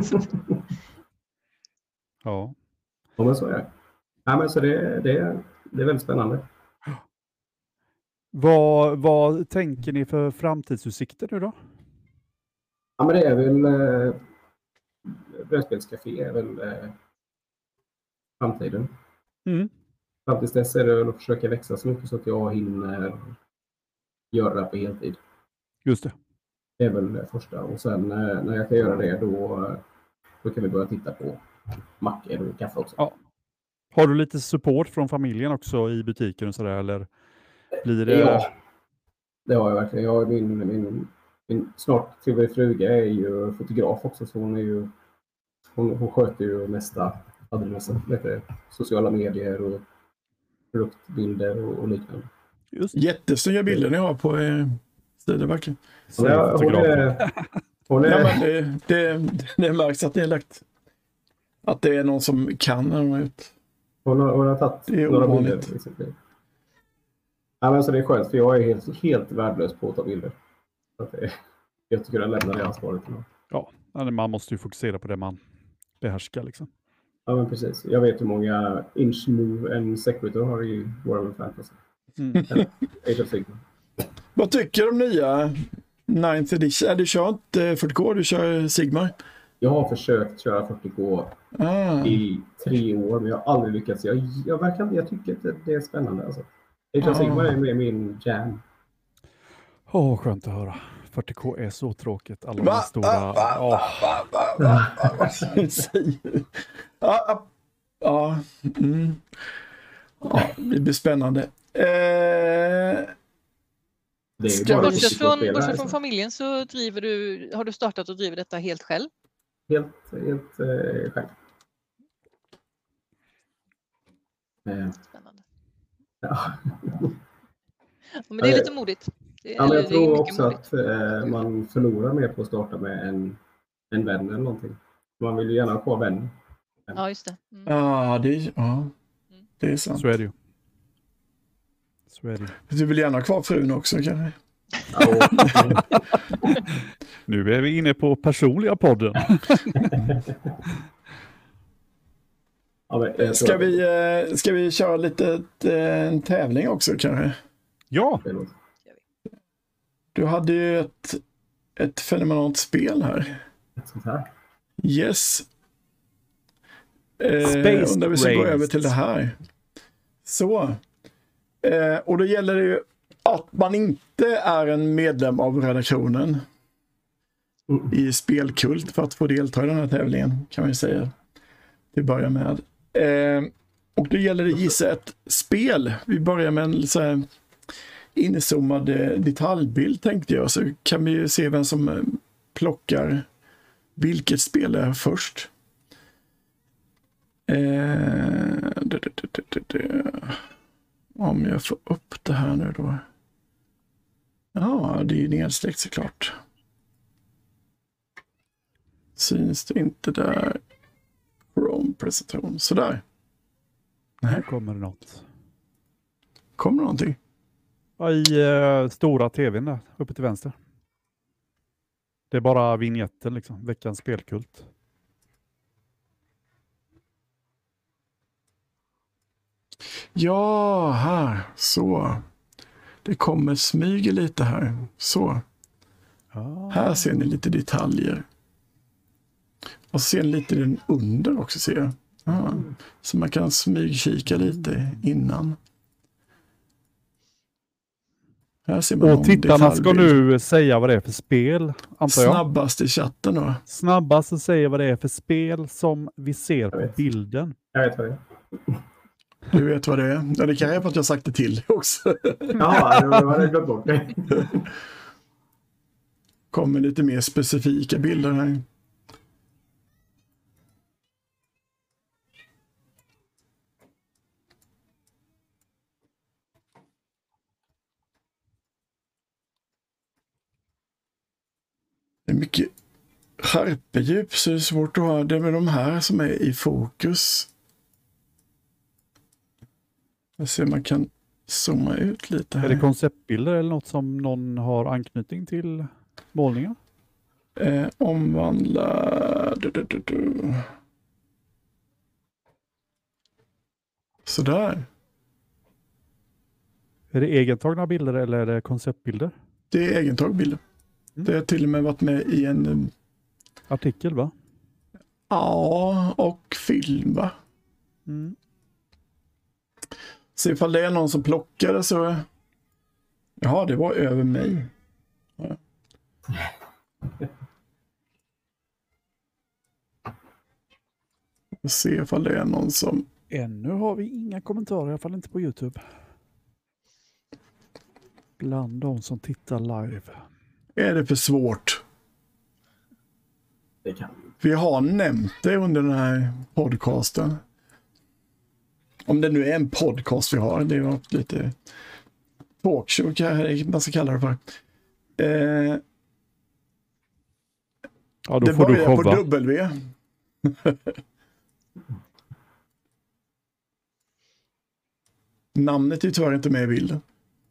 Speaker 1: Ja.
Speaker 4: Ja, men så är det. Ja, men så det, det, är, det är väldigt spännande.
Speaker 1: Vad, vad tänker ni för framtidsutsikter nu då?
Speaker 4: Ja, men det är väl eh, brädspelscafé är väl eh, framtiden.
Speaker 1: Mm.
Speaker 4: Fram tills dess är det väl att försöka växa så mycket så att jag hinner göra det på heltid.
Speaker 1: Just det.
Speaker 4: Det är väl det första. Och sen eh, när jag kan göra det, då, eh, då kan vi börja titta på mackor och kaffe också.
Speaker 1: Ja. Har du lite support från familjen också i butiken och sådär, eller blir det...
Speaker 4: Ja, det har jag verkligen. Jag, har min, min, min snart trevliga fruga är ju fotograf också, så hon är ju hon, hon sköter ju mesta, hade det mesta vet du, sociala medier och produktbilder och, och liknande.
Speaker 1: Just det.
Speaker 2: Jättesnygga bilder ni har på er sida verkligen.
Speaker 1: Så är
Speaker 4: Ja, hon
Speaker 1: fotografen.
Speaker 4: är, hon är,
Speaker 2: Ja, men det, det, det märks att det är lagt. Att det är någon som kan när de är ute.
Speaker 4: hon har, hon har tagit
Speaker 2: Det är
Speaker 4: några
Speaker 2: ovanligt.
Speaker 4: bilder. Liksom. Ja, men så det är skönt, för jag är helt, helt värdelös på att ta bilder. Så att det, jag tycker jag lämnar det ansvaret till någon.
Speaker 1: Ja, men man måste ju fokusera på det man behärskar liksom.
Speaker 4: Ja, men precis. Jag vet hur många inch move en Secretary har i Warhammer Fantasy.
Speaker 1: Mm.
Speaker 4: Age of Sigmar.
Speaker 2: Vad tycker du om nya ninth edition? Äh, du kör inte fyrtio K, du kör Sigmar.
Speaker 4: Jag har försökt köra fyrtio K
Speaker 2: Ah.
Speaker 4: i tre år, men jag har aldrig lyckats. Jag, jag, verkar, jag tycker att det, det är spännande. Alltså. Age
Speaker 2: Ja.
Speaker 4: of Sigmar är med min jam.
Speaker 1: Åh, skönt att höra. fyrtio K är så tråkigt. Alla de
Speaker 2: Va?
Speaker 1: här stora...
Speaker 2: Va? Va?
Speaker 1: Ja.
Speaker 2: Va? Va? Va? Va? Vad säger du? Ja, ja. Ja. Mm. Ja, det blir spännande. Eh,
Speaker 4: Det är ju
Speaker 2: Ska
Speaker 4: bara
Speaker 2: vi-
Speaker 3: Bortsett
Speaker 4: fysiskt att
Speaker 3: från,
Speaker 4: spela,
Speaker 3: bortsett
Speaker 4: alltså.
Speaker 3: från familjen så driver du, har du startat och driver detta helt själv?
Speaker 4: Helt, helt eh, själv. Eh,
Speaker 3: Spännande.
Speaker 4: ja.
Speaker 3: Men det är lite modigt. Det är,
Speaker 4: Ja, men jag
Speaker 3: eller det är
Speaker 4: tror
Speaker 3: mycket
Speaker 4: också
Speaker 3: modigt.
Speaker 4: att eh, man förlorar mer på att starta med en, en vän eller någonting. Man vill ju gärna ha kvar vän.
Speaker 3: Ja, just det. Mm.
Speaker 2: ja, det är, ja, det är sant.
Speaker 1: Så är det ju. Så är det ju.
Speaker 2: Du vill gärna ha kvar frun också kanske?
Speaker 4: Ja, och,
Speaker 1: Nu är vi inne på personliga podden.
Speaker 4: ja, men jag tror
Speaker 2: Ska
Speaker 4: att-
Speaker 2: vi, eh, ska vi köra lite eh, en tävling också kanske?
Speaker 1: Ja,
Speaker 4: det låter-
Speaker 2: Du hade ju ett, ett fenomenalt spel här.
Speaker 4: ett sånt här.
Speaker 2: Yes. Eh,
Speaker 1: Space
Speaker 2: och när vi ska gå
Speaker 1: Race.
Speaker 2: över till det här. Så. Eh, och då gäller det ju att man inte är en medlem av redaktionen
Speaker 4: Mm.
Speaker 2: i Spelkult för att få delta i den här tävlingen, kan man ju säga. Vi börjar med. Eh, och då gäller det gissa ett spel. Vi börjar med en så här inzoomad eh, detaljbild, tänkte jag. Så kan vi ju se vem som eh, plockar vilket spel är först. Eh, det, det, det, det, det. Om jag får upp det här nu då. Ja, det är ju nedsläckt såklart. Syns det inte där? Chrome-presentation. Sådär.
Speaker 1: Här kommer det något.
Speaker 2: Kommer någonting?
Speaker 1: Ja, i uh, stora tvn där, uppe till vänster. Det är bara vignetten liksom, veckans spelkult.
Speaker 2: Ja, här. Så. Det kommer smyger lite här. Så.
Speaker 1: Ah.
Speaker 2: Här ser ni lite detaljer. Och så ser ni lite den under också, ser jag. Ja. Så man kan smygkika lite innan. Här ser man
Speaker 1: Och tittarna ska
Speaker 2: detaljbild.
Speaker 1: nu säga vad det är för spel, antar jag.
Speaker 2: Snabbast i chatten då.
Speaker 1: Snabbast att säga vad det är för spel som vi ser på
Speaker 4: vet.
Speaker 1: bilden.
Speaker 4: Jag vet vad det är.
Speaker 2: Du vet vad det är. Ja, det kan jag för att jag sagt det till dig också.
Speaker 4: Ja, det var det glömt bort.
Speaker 2: Kommer lite mer specifika bilder här. Det är mycket skärpedjup, så det är svårt att ha det med de här som är i fokus. Jag ser man kan zooma ut lite här.
Speaker 1: Är det konceptbilder eller något som någon har anknytning till målningar?
Speaker 2: Eh, omvandla... Du, du, du, du. Sådär.
Speaker 1: Är det egentagna bilder eller är det konceptbilder?
Speaker 2: Det är egentagbilder.
Speaker 1: Mm.
Speaker 2: Det har till och med varit med i en... um,
Speaker 1: Artikel, va?
Speaker 2: Ja, och film, va?
Speaker 1: Mm.
Speaker 2: Så ifall det är någon som plockar det så... Ja, det var över mig. Ja. Och se ifall det är någon som...
Speaker 1: Ännu har vi inga kommentarer, i alla fall inte på YouTube. Bland de som tittar live.
Speaker 2: Är det för svårt?
Speaker 4: Det kan
Speaker 2: Vi har nämnt det under den här podcasten. Om det nu är en podcast vi har. Det var lite talkshow, kan man ska kalla det för. Eh,
Speaker 1: Ja, då
Speaker 2: det
Speaker 1: får du
Speaker 2: börjar på
Speaker 1: showa.
Speaker 2: W. Namnet är tyvärr inte med i bilden.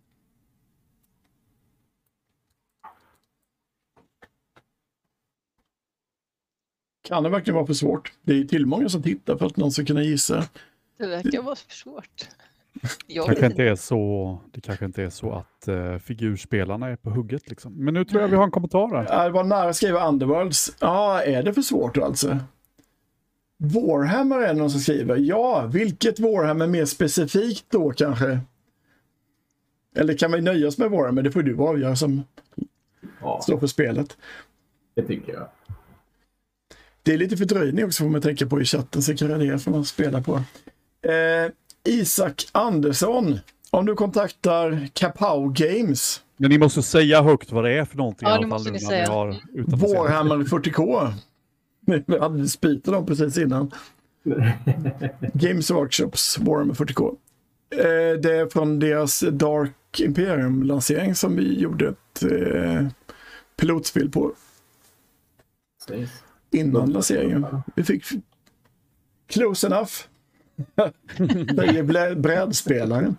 Speaker 2: Kan det verkligen vara för svårt? Det är till många som tittar för att någon ska kunna gissa.
Speaker 3: Det verkar vara för svårt. Jag
Speaker 1: Kanske
Speaker 3: vet
Speaker 1: inte är så, det kanske inte är så att uh, figurspelarna är på hugget. Liksom. Men nu tror jag vi har en kommentar här.
Speaker 2: Ja, det var nära att skriva Underworlds. Ja, är det för svårt alltså? Warhammer är det någon som skriver. Ja, vilket Warhammer mer specifikt då kanske? Eller kan vi nöja oss med Warhammer? Det får du avgöra som
Speaker 4: Ja,
Speaker 2: står för spelet.
Speaker 4: det tycker jag.
Speaker 2: Det är lite fördröjning också får man tänka på i chatten, så kan det får man spela på. Eh, Isak Andersson, om du kontaktar Kapow Games,
Speaker 1: Men ni måste säga högt vad det är för någonting.
Speaker 3: Ja,
Speaker 1: i alla
Speaker 3: det
Speaker 1: fall
Speaker 3: måste
Speaker 1: nu
Speaker 3: ni
Speaker 1: när
Speaker 3: säga.
Speaker 1: har, utan att säga.
Speaker 2: Warhammer fyrtio K. Vi hade spytat dem precis innan. Games Workshops, Warhammer fyrtio K. Eh, det är från deras Dark Imperium-lansering som vi gjorde ett eh, pilotspel på
Speaker 4: Sägs.
Speaker 2: innan lanseringen. Vi fick close enough. Det är blä- brädspelaren.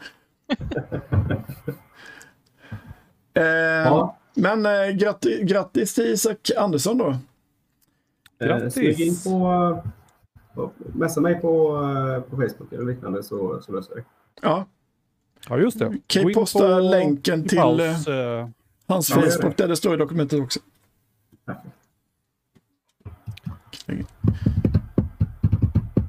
Speaker 2: eh,
Speaker 4: Ja.
Speaker 2: Men eh, grattis, grattis till Isak Andersson då.
Speaker 1: Grattis.
Speaker 4: Smyg in på, på messa mig på, eh, på Facebook eller liknande så, så löser jag det.
Speaker 2: Ja,
Speaker 1: Ja, just det.
Speaker 2: kan
Speaker 1: Gå
Speaker 2: ju
Speaker 1: in
Speaker 2: posta
Speaker 1: på-
Speaker 2: länken
Speaker 1: i
Speaker 2: till
Speaker 1: paus,
Speaker 2: eh,
Speaker 1: eh,
Speaker 2: hans
Speaker 4: Ja, det gör
Speaker 2: Facebook där det står i dokumentet också.
Speaker 4: Perfekt.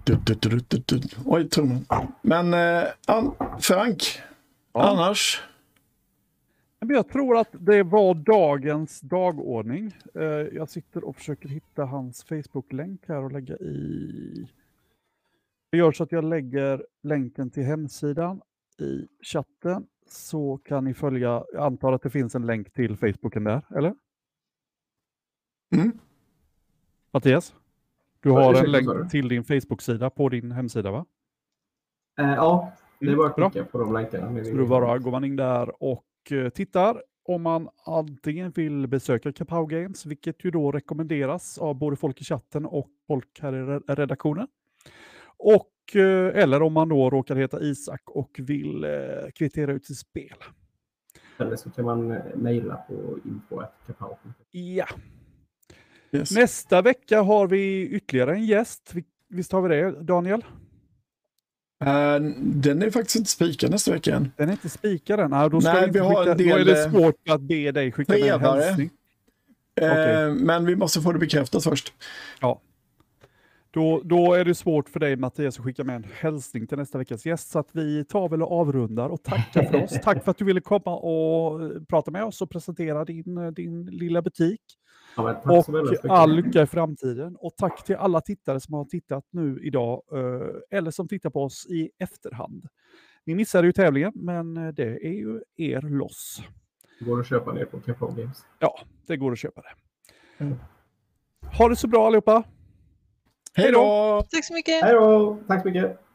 Speaker 2: Du, du, du, du, du, du. Oj, trumman. Men eh, an, Frank,
Speaker 1: Ja.
Speaker 2: annars?
Speaker 1: Men jag tror att det var dagens dagordning. Eh, Jag sitter och försöker hitta hans Facebook-länk här och lägga i. Det gör så att jag lägger länken till hemsidan i chatten. Så kan ni följa, jag antar att det finns en länk till Facebooken där, eller?
Speaker 2: Mm.
Speaker 1: Mattias? Du
Speaker 4: Ja,
Speaker 1: har
Speaker 4: ursäkta,
Speaker 1: en länk
Speaker 4: sa du?
Speaker 1: till din Facebook-sida på din hemsida, va?
Speaker 4: Eh, ja, det är
Speaker 1: Mm,
Speaker 4: bara att
Speaker 1: bra.
Speaker 4: klicka på de länkarna.
Speaker 1: Så då bara går man in där och eh, tittar om man antingen vill besöka Kapow Games, vilket ju då rekommenderas av både folk i chatten och folk här i re- redaktionen. Och, eh, eller om man då råkar heta Isak och vill eh, kvittera ut sitt spel.
Speaker 4: Eller så kan man eh, mejla på info snabel-a kapow punkt se.
Speaker 1: Ja.
Speaker 2: Yes.
Speaker 1: Nästa vecka har vi ytterligare en gäst. Vi- Visst har vi det, Daniel?
Speaker 2: Eh, den är faktiskt inte spikad nästa vecka än.
Speaker 1: Den är inte spikad än. Nej, då, ska
Speaker 2: Nej,
Speaker 1: vi inte
Speaker 2: vi har
Speaker 1: skicka,
Speaker 2: en
Speaker 1: då är
Speaker 2: del,
Speaker 1: det
Speaker 2: eh,
Speaker 1: svårt att be dig skicka med en
Speaker 2: trevare.
Speaker 1: hälsning.
Speaker 2: Eh,
Speaker 1: Okej.
Speaker 2: Men vi måste få det bekräftat först.
Speaker 1: Ja. Då, då är det svårt för dig, Mattias, att skicka med en hälsning till nästa veckas gäst. Så att vi tar väl och avrundar och tackar för oss. Tack för att du ville komma och prata med oss och presentera din, din lilla butik.
Speaker 4: Ja, men tack så väldigt
Speaker 1: Och
Speaker 4: mycket.
Speaker 1: all lycka i framtiden. Och tack till alla tittare som har tittat nu idag. eh, Eller som tittar på oss i efterhand. Ni missade ju tävlingen, men eh, det är ju er loss.
Speaker 4: Det går att köpa ner på Kapow Games.
Speaker 1: Ja, det går att köpa det.
Speaker 2: Mm.
Speaker 1: Ha det så bra allihopa.
Speaker 2: Hej då!
Speaker 3: Tack så mycket!
Speaker 4: Hej då! Tack så mycket!